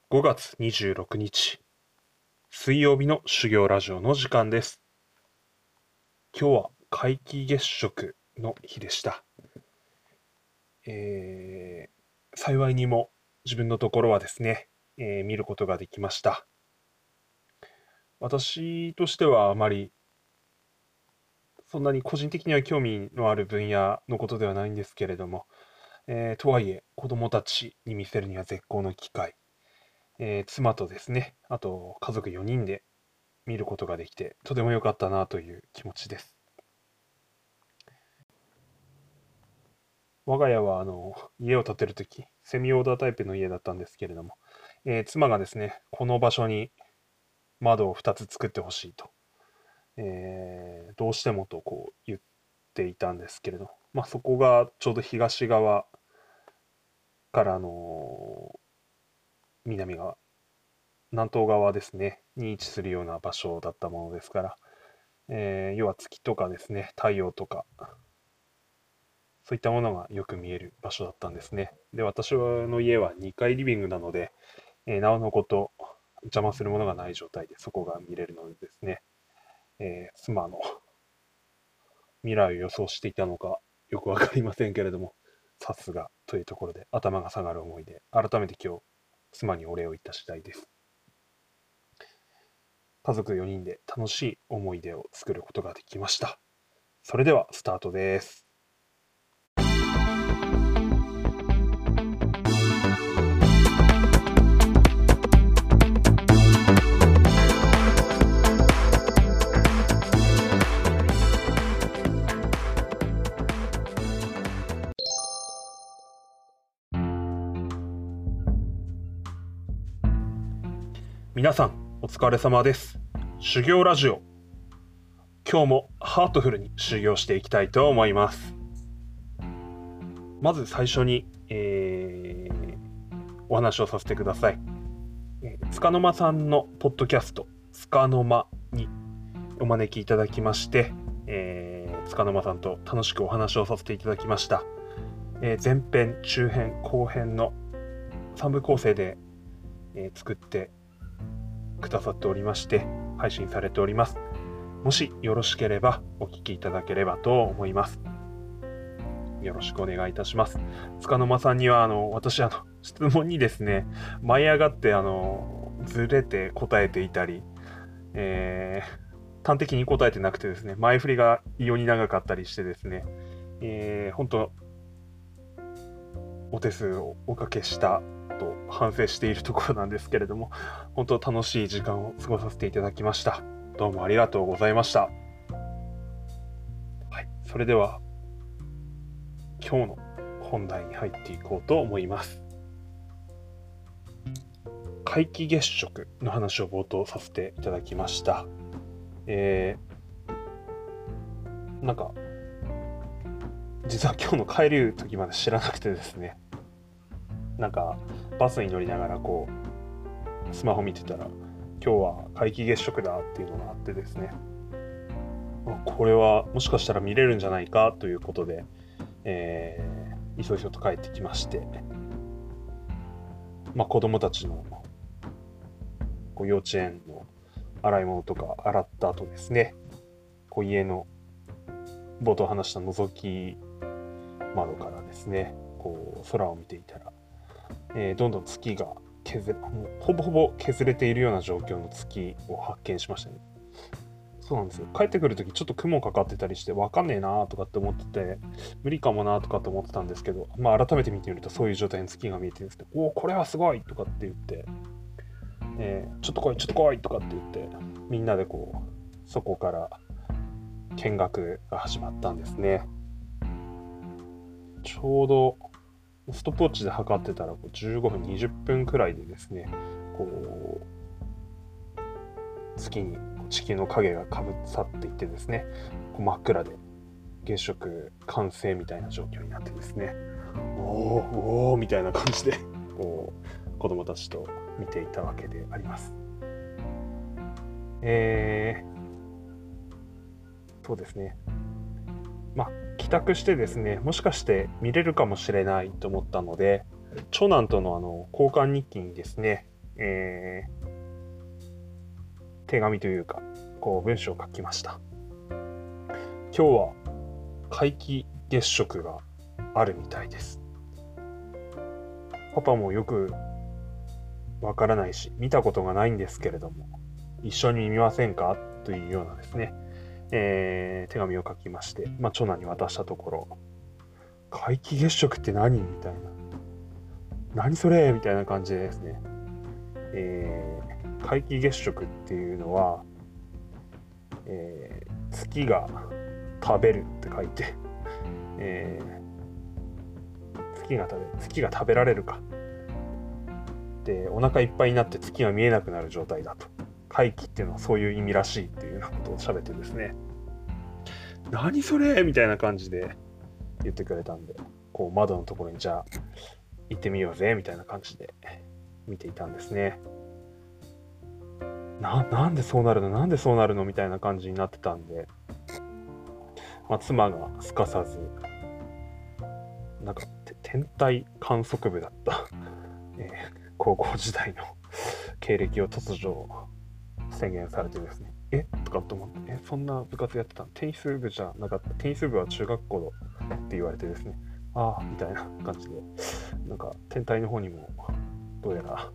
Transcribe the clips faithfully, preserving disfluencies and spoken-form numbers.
ごがつにじゅうろくにち、水曜日の修行ラジオの時間です。今日は皆既月食の日でした。えー、幸いにも自分のところはですね、えー見ることができました。私としてはあまりそんなに個人的には興味のある分野のことではないんですけれども、えーとはいえ子供たちに見せるには絶好の機会、えー妻とですね、あと家族よにんで見ることができて、とても良かったなという気持ちです。我が家はあの家を建てるとき、セミオーダータイプの家だったんですけれども、えー妻がですね、この場所に窓をふたつ作ってほしいと、えーどうしてもとこう言っていたんですけれど、まあ、そこがちょうど東側からの南側、南東側ですね、に位置するような場所だったものですから、えー要は月とかですね、太陽とか、そういったものがよく見える場所だったんですね。で、私の家はにかいリビングなので、えーなおのこと邪魔するものがない状態でそこが見れるのでですね、えー妻の未来を予想していたのかよくわかりませんけれども、さすがというところで頭が下がる思いで、改めて今日、妻にお礼を言った次第です。家族よにんで楽しい思い出を作ることができました。それではスタートです。皆さん、お疲れ様です。修行ラジオ。今日もハートフルに修行していきたいと思います。まず最初に、えーお話をさせてください。えー、つかの間さんのポッドキャスト、つかの間にお招きいただきまして、えー、つかの間さんと楽しくお話をさせていただきました。えー前編、中編、後編のさんぶ構成で、えー作ってくださっておりまして、配信されております。もしよろしければお聞きいただければと思います。よろしくお願いいたします。つかの間さんには、あの、私、あの、質問にですね、舞い上がって、あの、ずれて答えていたり、えー、端的に答えてなくてですね、前振りが異様に長かったりしてですね、えー、本当、お手数をおかけしたと反省しているところなんですけれども、本当楽しい時間を過ごさせていただきました。どうもありがとうございました。はい、それでは今日の本題に入っていこうと思います。皆既月食の話を冒頭させていただきました。えー、なんか実は今日の帰る時まで知らなくてですね、なんかバスに乗りながらこうスマホ見てたら、今日は皆既月食だっていうのがあってですね、これはもしかしたら見れるんじゃないかということで、えー、急いそと帰ってきまして、まあ、子供たちのこう幼稚園の洗い物とか洗った後ですね、こう家の冒頭話した覗き窓からですね、こう空を見ていたら、えーどんどん月が削れ、もうほぼほぼ削れているような状況の月を発見しましたね。そうなんですよ。帰ってくるときちょっと雲かかってたりしてわかんねえなとかって思ってて、無理かもなとかって思ってたんですけど、まあ改めて見てみるとそういう状態の月が見えてるんですけど、おお、これはすごいとかって言って、えーちょっと来い、ちょっと来いとかって言って、みんなでこう、そこから見学が始まったんですね。ちょうどストップウォッチで測ってたらこうじゅうごふん、にじゅっぷんくらいでですね、こう月に地球の影がかぶさっていってですね、こう真っ暗で月食完成みたいな状況になってですね、おーおーみたいな感じでこう子供たちと見ていたわけであります。えー、そうですね。まあ帰宅してですね、もしかして見れるかもしれないと思ったので、長男とのあの交換日記にですね、 えー、手紙というかこう文章を書きました。今日は皆既月食があるみたいです。パパもよくわからないし見たことがないんですけれども、一緒に見ませんかというようなですね、えー、手紙を書きまして、まあ、長男に渡したところ、皆既月食って何みたいな、何それみたいな感じでですね、えー、皆既月食っていうのは、えー、月が食べるって書いて、えー、月が食べる月が食べられるかで、お腹いっぱいになって月が見えなくなる状態だと。皆既っていうのはそういう意味らしいっていうようなことを喋ってですね、何それみたいな感じで言ってくれたんで、こう窓のところにじゃあ行ってみようぜみたいな感じで見ていたんですね。な、なんでそうなるのなんでそうなるのみたいな感じになってたんで、まあ、妻がすかさず、なんか天体観測部だった、えー、高校時代の経歴を突如宣言されてですね、えとかと思って、えそんな部活やってたの？テニス部じゃなかった。テニス部は中学校って言われてですね、ああみたいな感じで、なんか天体の方にもどうやら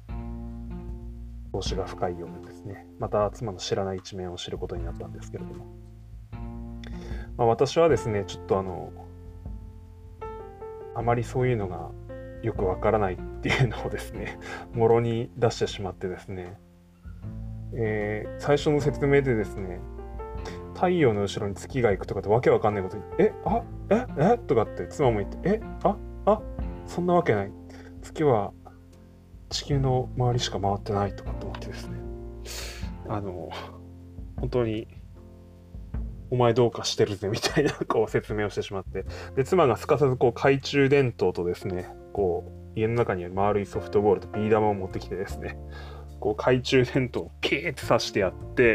投資が深いようですね。また妻の知らない一面を知ることになったんですけれども、まあ、私はですね、ちょっとあのあまりそういうのがよくわからないっていうのをですね、もろに出してしまってですね、えー、最初の説明でですね、太陽の後ろに月が行くとかってわけわかんないこと言って、えあええとかって妻も言って、えああそんなわけない。月は地球の周りしか回ってないとかって思ってですね、あの本当にお前どうかしてるぜみたいなこう説明をしてしまって、で妻がすかさずこう懐中電灯とですね、こう家の中にある丸いソフトボールとビー玉を持ってきてですね、こう懐中電灯をピーって刺してやって、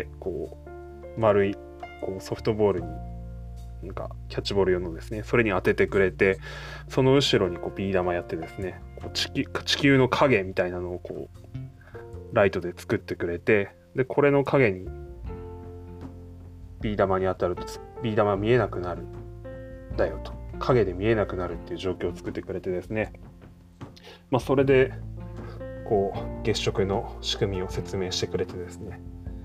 こう丸いこうソフトボールになんかキャッチボール用のですね、それに当ててくれて、その後ろにこうビー玉やってですね、こう 地球、地球の影みたいなのをこうライトで作ってくれて、でこれの影にビー玉に当たるとビー玉見えなくなるだよと、影で見えなくなるっていう状況を作ってくれてですね、まあそれでこう月食の仕組みを説明してくれてですね、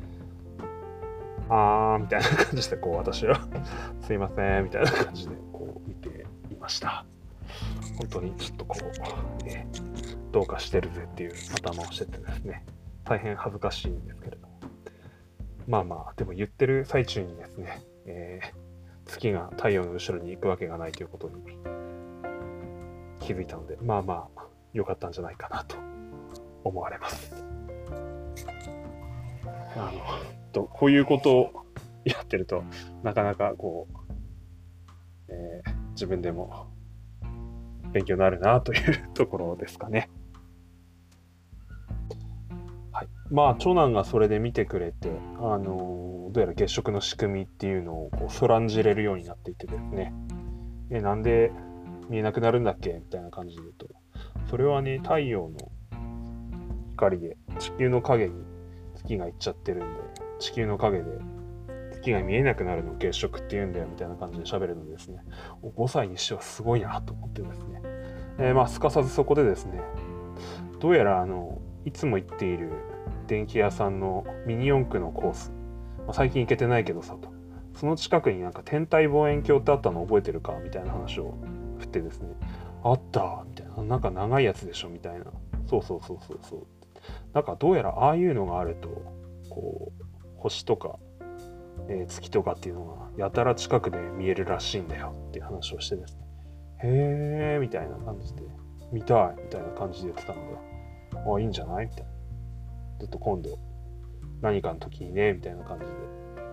あーみたいな感じでこう私はすいませんみたいな感じでこう見ていました。本当にちょっとこう、ね、どうかしてるぜっていう頭をしててですね、大変恥ずかしいんですけれども、まあまあでも言ってる最中にですね、えー、月が太陽の後ろに行くわけがないということに気づいたので、まあまあ良かったんじゃないかなと思われます。あのとこういうことをやってるとなかなかこう、えー、自分でも勉強になるなというところですかね。はい、まあ長男がそれで見てくれて、あのどうやら月食の仕組みっていうのをこうそらんじれるようになっていてですね、えなんで見えなくなるんだっけみたいな感じで言うと、それはね、太陽の光で地球の影に月が行っちゃってるんで、地球の影で月が見えなくなるのを月食っていうんだよみたいな感じで喋るのでですね、ごさいにしてはすごいなと思ってですね、えー、まあすかさずそこでですね、どうやらあのいつも行っている電気屋さんのミニ四駆のコース、まあ、最近行けてないけどさと、その近くになんか天体望遠鏡ってあったの覚えてるかみたいな話を振ってですね、あったみたいな、なんか長いやつでしょみたいな、そうそうそうそうそう、なんかどうやらああいうのがあるとこう星とか、えー、月とかっていうのがやたら近くで見えるらしいんだよっていう話をしてですね、へーみたいな感じで、見たいみたいな感じで言ってたんで、あ、いいんじゃないみたいな、ずっと今度何かの時にねみたいな感じで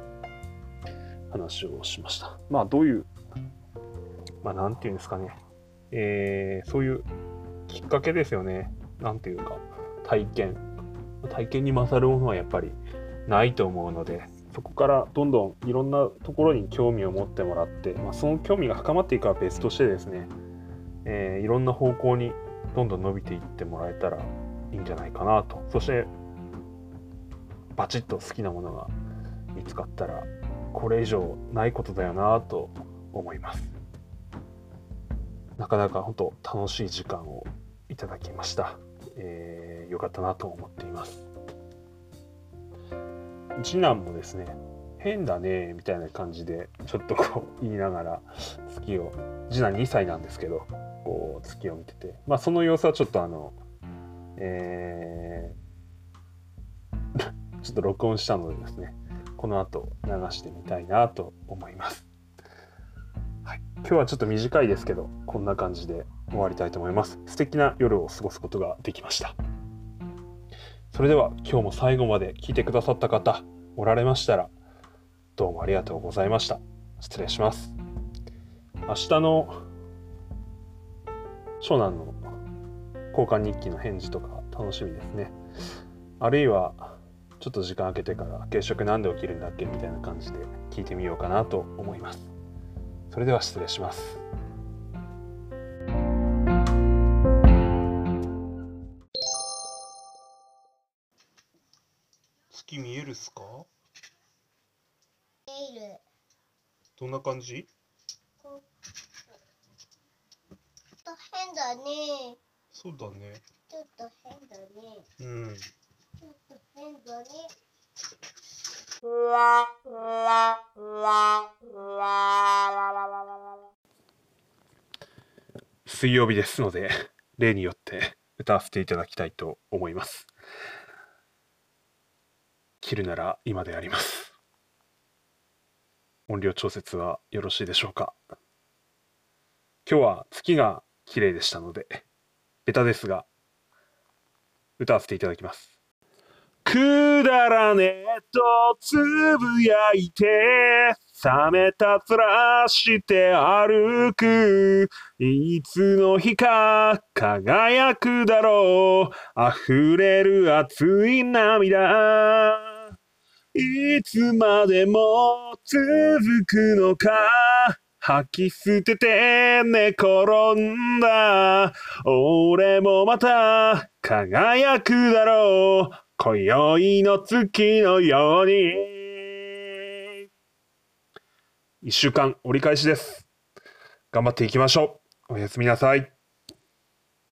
話をしました。まあどういう、まあなんていうんですかね、えー、そういうきっかけですよね。なんていうか体験体験に勝るものはやっぱりないと思うので、そこからどんどんいろんなところに興味を持ってもらって、まあ、その興味が深まっていくは別としてですね、えー、いろんな方向にどんどん伸びていってもらえたらいいんじゃないかなと。そしてバチッと好きなものが見つかったらこれ以上ないことだよなと思います。なかなか本当楽しい時間をいただきました。えー、よかったなと思っています。次男もですね、変だねみたいな感じでちょっとこう言いながら月を、次男にさいなんですけど、こう月を見てて、まあその様子はちょっとあの、えー、ちょっと録音したのでですね、この後流してみたいなと思います。はい、今日はちょっと短いですけど、こんな感じで終わりたいと思います。素敵な夜を過ごすことができました。それでは今日も最後まで聞いてくださった方おられましたら、どうもありがとうございました。失礼します。明日の長男の交換日記の返事とか楽しみですね。あるいはちょっと時間空けてから月食なんで起きるんだっけみたいな感じで聞いてみようかなと思います。それでは失礼します。月見えるっすか？ 見える。 どんな感じ？ こうちょっと変だね。 そうだね。 ちょっと変だね。 うん。 ちょっと変だね。 水曜日ですので例によって歌わせていただきたいと思います。切るなら今であります。音量調節はよろしいでしょうか。今日は月が綺麗でしたのでベタですが歌わせていただきます。くだらねえとつぶやいて冷めた面して歩くいつの日か輝くだろう溢れる熱い涙いつまでも続くのか吐き捨てて寝転んだ俺もまた輝くだろう今宵の月のように。一週間折り返しです。頑張っていきましょう。おやすみなさい。